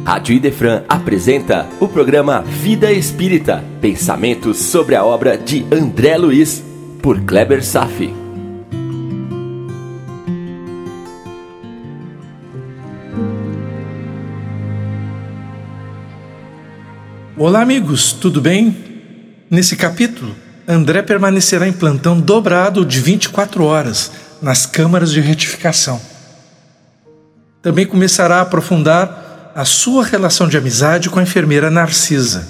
Rádio Idefran apresenta o programa Vida Espírita, pensamentos sobre a obra de André Luiz, por Kleber Safi. Olá amigos, tudo bem? Nesse capítulo, André permanecerá em plantão dobrado de 24 horas nas câmaras de retificação. Também começará a aprofundar a sua relação de amizade com a enfermeira Narcisa.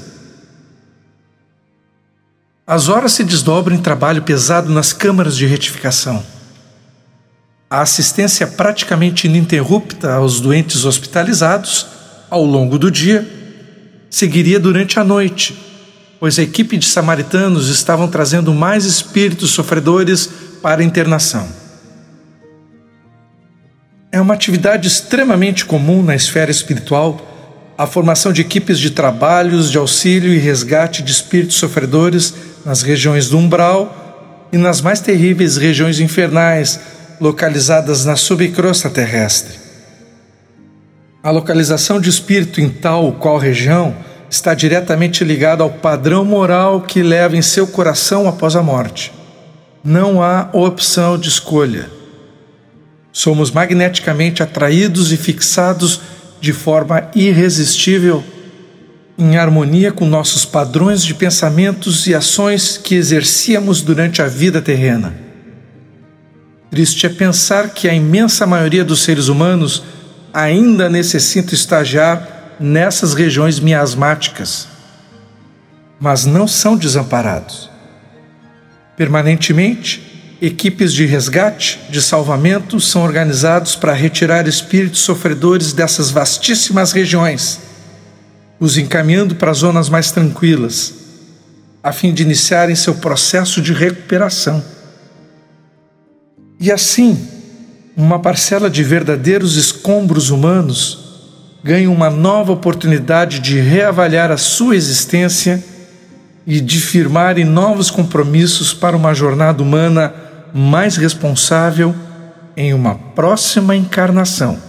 As horas se desdobram em trabalho pesado nas câmaras de retificação. A assistência praticamente ininterrupta aos doentes hospitalizados ao longo do dia seguiria durante a noite, pois a equipe de samaritanos estavam trazendo mais espíritos sofredores para a internação. É uma atividade extremamente comum na esfera espiritual a formação de equipes de trabalhos de auxílio e resgate de espíritos sofredores nas regiões do umbral e nas mais terríveis regiões infernais localizadas na subcrosta terrestre. A localização de espírito em tal ou qual região está diretamente ligada ao padrão moral que leva em seu coração após a morte. Não há opção de escolha. Somos magneticamente atraídos e fixados de forma irresistível, em harmonia com nossos padrões de pensamentos e ações que exercíamos durante a vida terrena. Triste é pensar que a imensa maioria dos seres humanos ainda necessita estagiar nessas regiões miasmáticas, mas não são desamparados. Permanentemente, equipes de resgate, de salvamento, são organizados para retirar espíritos sofredores dessas vastíssimas regiões, os encaminhando para zonas mais tranquilas, a fim de iniciarem seu processo de recuperação. E assim, uma parcela de verdadeiros escombros humanos ganha uma nova oportunidade de reavaliar a sua existência e de firmar em novos compromissos para uma jornada humana mais responsável em uma próxima encarnação.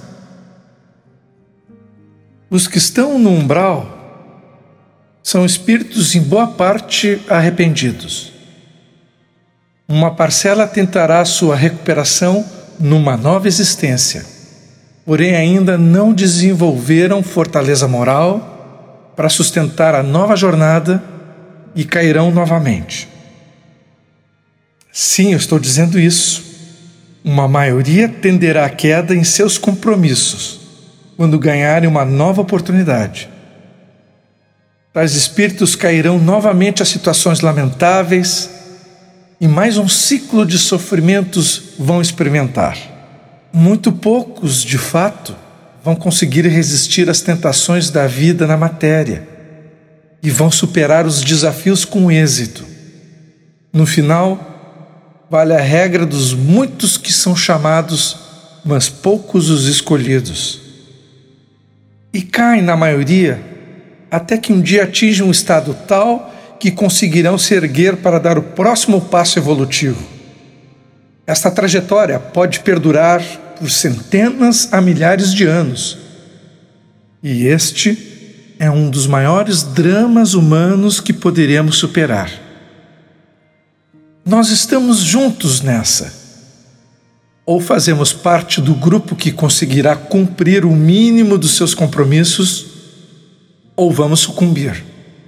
Os que estão no umbral são espíritos em boa parte arrependidos. Uma parcela tentará sua recuperação numa nova existência, porém ainda não desenvolveram fortaleza moral para sustentar a nova jornada e cairão novamente. Sim, eu estou dizendo isso. Uma maioria tenderá à queda em seus compromissos quando ganharem uma nova oportunidade. Tais espíritos cairão novamente a situações lamentáveis e mais um ciclo de sofrimentos vão experimentar. Muito poucos, de fato, vão conseguir resistir às tentações da vida na matéria e vão superar os desafios com êxito. No final, vale a regra dos muitos que são chamados, mas poucos os escolhidos. E caem, na maioria, até que um dia atingem um estado tal que conseguirão se erguer para dar o próximo passo evolutivo. Esta trajetória pode perdurar por centenas a milhares de anos. E este é um dos maiores dramas humanos que poderemos superar. Nós estamos juntos nessa. Ou fazemos parte do grupo que conseguirá cumprir o mínimo dos seus compromissos, ou vamos sucumbir.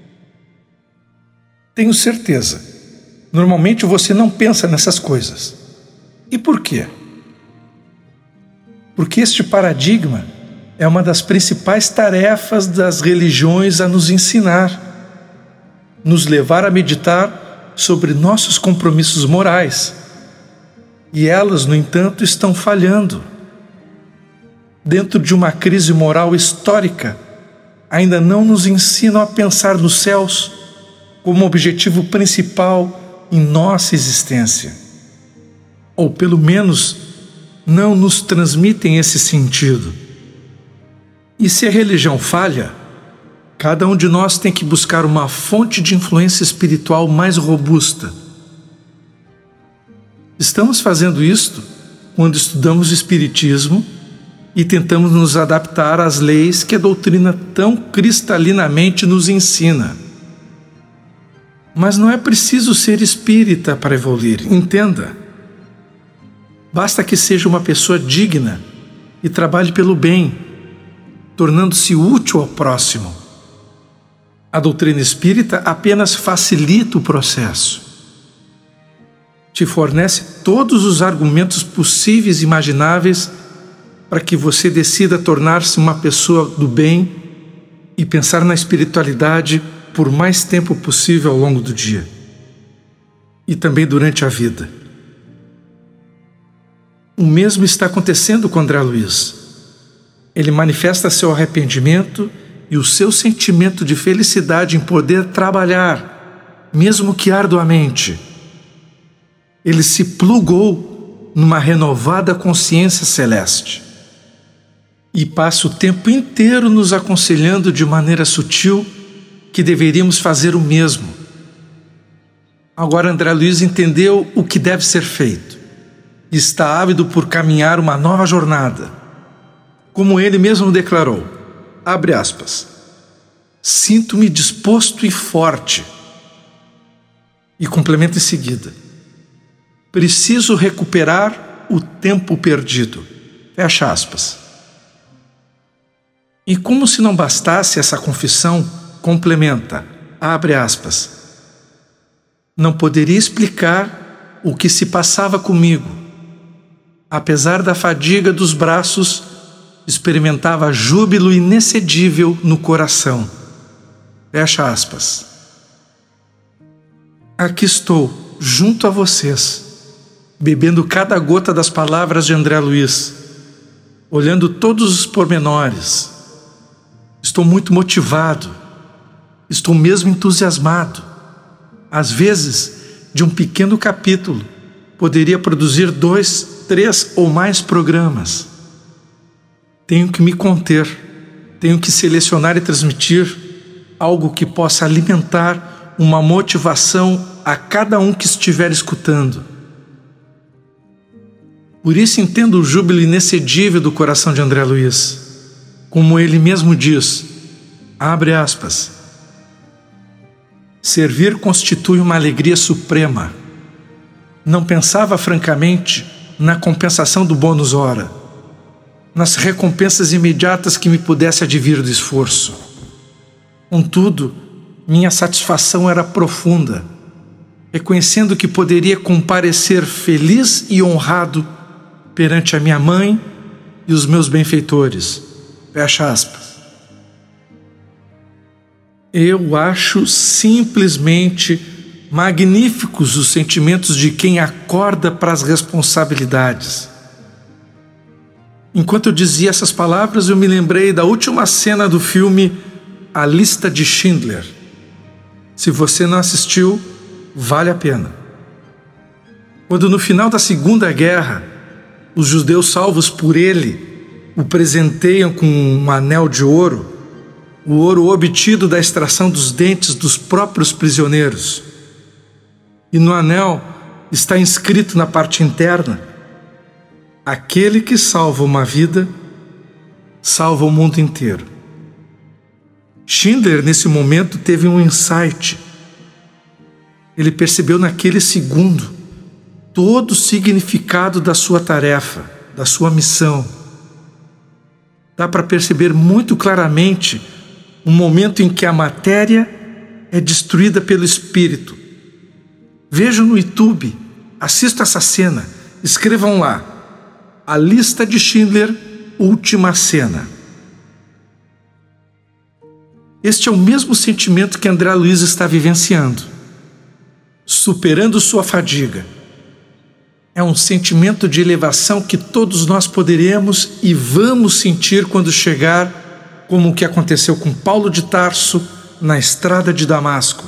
Tenho certeza, normalmente você não pensa nessas coisas. E por quê? Porque este paradigma é uma das principais tarefas das religiões a nos ensinar, nos levar a meditar sobre nossos compromissos morais. E elas, no entanto, estão falhando. Dentro de uma crise moral histórica, ainda não nos ensinam a pensar nos céus como objetivo principal em nossa existência. Ou pelo menos não nos transmitem esse sentido. E se a religião falha, cada um de nós tem que buscar uma fonte de influência espiritual mais robusta. Estamos fazendo isto quando estudamos Espiritismo e tentamos nos adaptar às leis que a doutrina tão cristalinamente nos ensina. Mas não é preciso ser espírita para evoluir, entenda. Basta que seja uma pessoa digna e trabalhe pelo bem, tornando-se útil ao próximo. A doutrina espírita apenas facilita o processo. Te fornece todos os argumentos possíveis e imagináveis para que você decida tornar-se uma pessoa do bem e pensar na espiritualidade por mais tempo possível ao longo do dia e também durante a vida. O mesmo está acontecendo com André Luiz. Ele manifesta seu arrependimento e o seu sentimento de felicidade em poder trabalhar, mesmo que arduamente. Ele se plugou numa renovada consciência celeste e passa o tempo inteiro nos aconselhando de maneira sutil que deveríamos fazer o mesmo. Agora André Luiz entendeu o que deve ser feito e está ávido por caminhar uma nova jornada. Como ele mesmo declarou, abre aspas, sinto-me disposto e forte. E complementa em seguida, preciso recuperar o tempo perdido. Fecha aspas. E como se não bastasse essa confissão, complementa, abre aspas, não poderia explicar o que se passava comigo. Apesar da fadiga dos braços, experimentava júbilo inexcedível no coração. Fecha aspas. Aqui estou, junto a vocês, bebendo cada gota das palavras de André Luiz, olhando todos os pormenores. Estou muito motivado, estou mesmo entusiasmado. Às vezes, de um pequeno capítulo, poderia produzir 2, 3 ou mais programas. Tenho que me conter, tenho que selecionar e transmitir algo que possa alimentar uma motivação a cada um que estiver escutando. Por isso entendo o júbilo inexcedível do coração de André Luiz. Como ele mesmo diz, abre aspas, servir constitui uma alegria suprema. Não pensava francamente na compensação do bônus hora, nas recompensas imediatas que me pudesse advir do esforço. Contudo, minha satisfação era profunda, reconhecendo que poderia comparecer feliz e honrado perante a minha mãe e os meus benfeitores. Fecha aspas. Eu acho simplesmente magníficos os sentimentos de quem acorda para as responsabilidades. Enquanto eu dizia essas palavras, eu me lembrei da última cena do filme A Lista de Schindler. Se você não assistiu, vale a pena. Quando no final da Segunda Guerra, os judeus salvos por ele o presenteiam com um anel de ouro, o ouro obtido da extração dos dentes dos próprios prisioneiros. E no anel está inscrito na parte interna, aquele que salva uma vida, salva o mundo inteiro. Schindler, nesse momento, teve um insight. Ele percebeu naquele segundo todo o significado da sua tarefa, da sua missão. Dá para perceber muito claramente o momento em que a matéria é destruída pelo espírito. Vejam no YouTube, assistam essa cena, escrevam lá, A Lista de Schindler, última cena. Este é o mesmo sentimento que André Luiz está vivenciando, superando sua fadiga. É um sentimento de elevação que todos nós poderemos e vamos sentir quando chegar, como o que aconteceu com Paulo de Tarso na estrada de Damasco.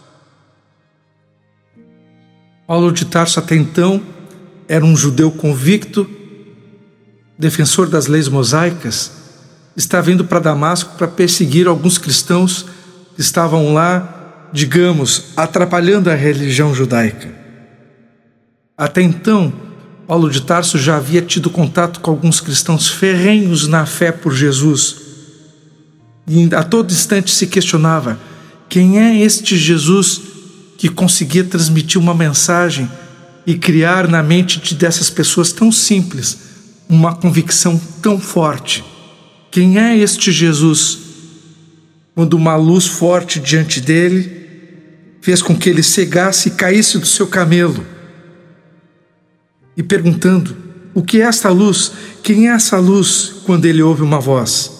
Paulo de Tarso até então era um judeu convicto, defensor das leis mosaicas, estava indo para Damasco para perseguir alguns cristãos que estavam lá, digamos, atrapalhando a religião judaica. Até então, Paulo de Tarso já havia tido contato com alguns cristãos ferrenhos na fé por Jesus. E a todo instante se questionava: quem é este Jesus que conseguia transmitir uma mensagem e criar na mente dessas pessoas tão simples uma convicção tão forte? Quem é este Jesus? Quando uma luz forte diante dele fez com que ele cegasse e caísse do seu camelo. E perguntando: o que é esta luz? Quem é essa luz? Quando ele ouve uma voz: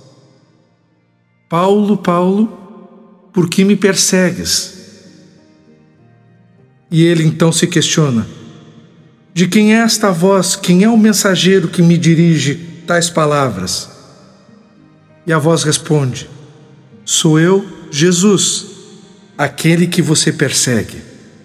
Paulo, Paulo, por que me persegues? E ele então se questiona: de quem é esta voz? Quem é o mensageiro que me dirige tais palavras? E a voz responde: sou eu, Jesus, aquele que você persegue.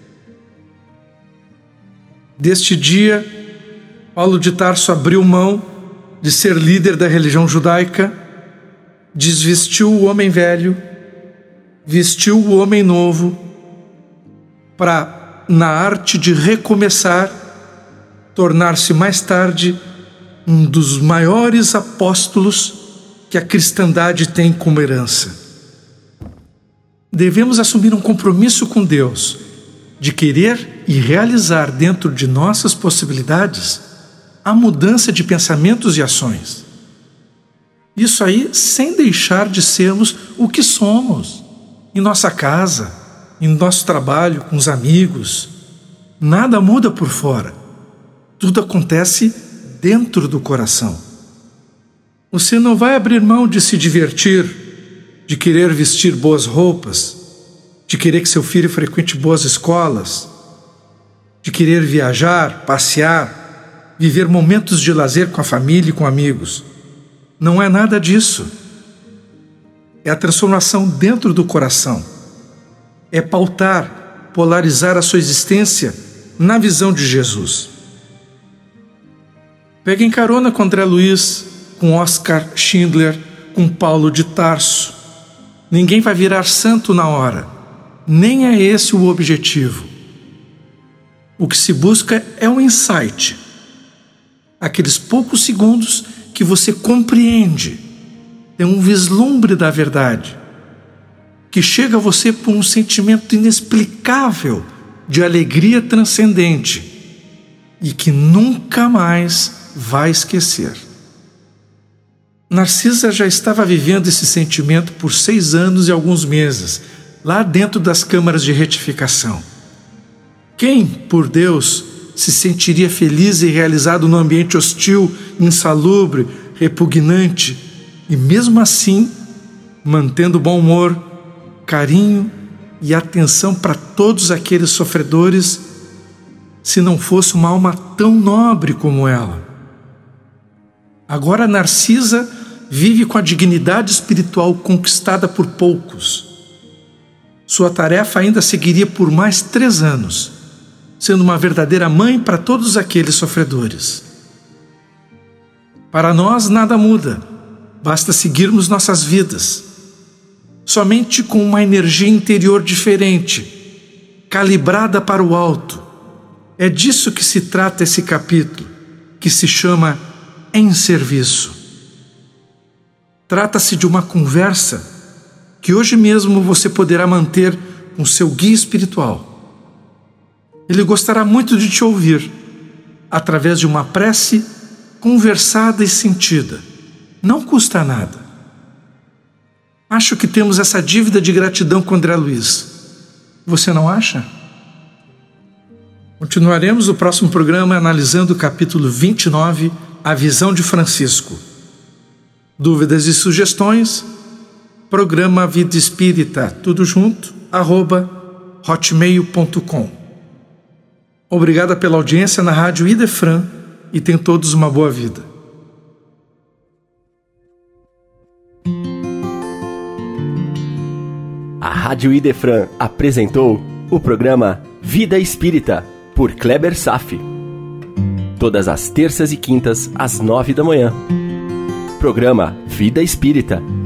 Deste dia, Paulo de Tarso abriu mão de ser líder da religião judaica, desvestiu o homem velho, vestiu o homem novo, para, na arte de recomeçar, tornar-se mais tarde um dos maiores apóstolos que a cristandade tem como herança. Devemos assumir um compromisso com Deus de querer e realizar dentro de nossas possibilidades a mudança de pensamentos e ações. Isso aí sem deixar de sermos o que somos, em nossa casa, em nosso trabalho, com os amigos. Nada muda por fora, tudo acontece dentro do coração. Você não vai abrir mão de se divertir, de querer vestir boas roupas, de querer que seu filho frequente boas escolas, de querer viajar, passear, viver momentos de lazer com a família e com amigos. Não é nada disso. É a transformação dentro do coração. É pautar, polarizar a sua existência na visão de Jesus. Peguem carona com André Luiz, com Oscar Schindler, com Paulo de Tarso. Ninguém vai virar santo na hora. Nem é esse o objetivo. O que se busca é um insight. Aqueles poucos segundos que você compreende, é um vislumbre da verdade, que chega a você por um sentimento inexplicável de alegria transcendente e que nunca mais vai esquecer. Narcisa já estava vivendo esse sentimento por 6 anos e alguns meses, lá dentro das câmaras de retificação. Quem, por Deus, se sentiria feliz e realizado num ambiente hostil, insalubre, repugnante, e mesmo assim, mantendo bom humor, carinho e atenção para todos aqueles sofredores, se não fosse uma alma tão nobre como ela? Agora Narcisa vive com a dignidade espiritual conquistada por poucos. Sua tarefa ainda seguiria por mais 3 anos, sendo uma verdadeira mãe para todos aqueles sofredores. Para nós nada muda, basta seguirmos nossas vidas, somente com uma energia interior diferente, calibrada para o alto. É disso que se trata esse capítulo, que se chama Em Serviço. Trata-se de uma conversa que hoje mesmo você poderá manter com seu guia espiritual. Ele gostará muito de te ouvir, através de uma prece conversada e sentida. Não custa nada. Acho que temos essa dívida de gratidão com André Luiz. Você não acha? Continuaremos o próximo programa analisando o capítulo 29, A Visão de Francisco. Dúvidas e sugestões? Programa Vida Espírita, tudo junto, @hotmail.com. Obrigada pela audiência na Rádio Idefran e tenham todos uma boa vida. A Rádio Idefran apresentou o programa Vida Espírita, por Kleber Safi. Todas as terças e quintas, às 9 da manhã. Programa Vida Espírita.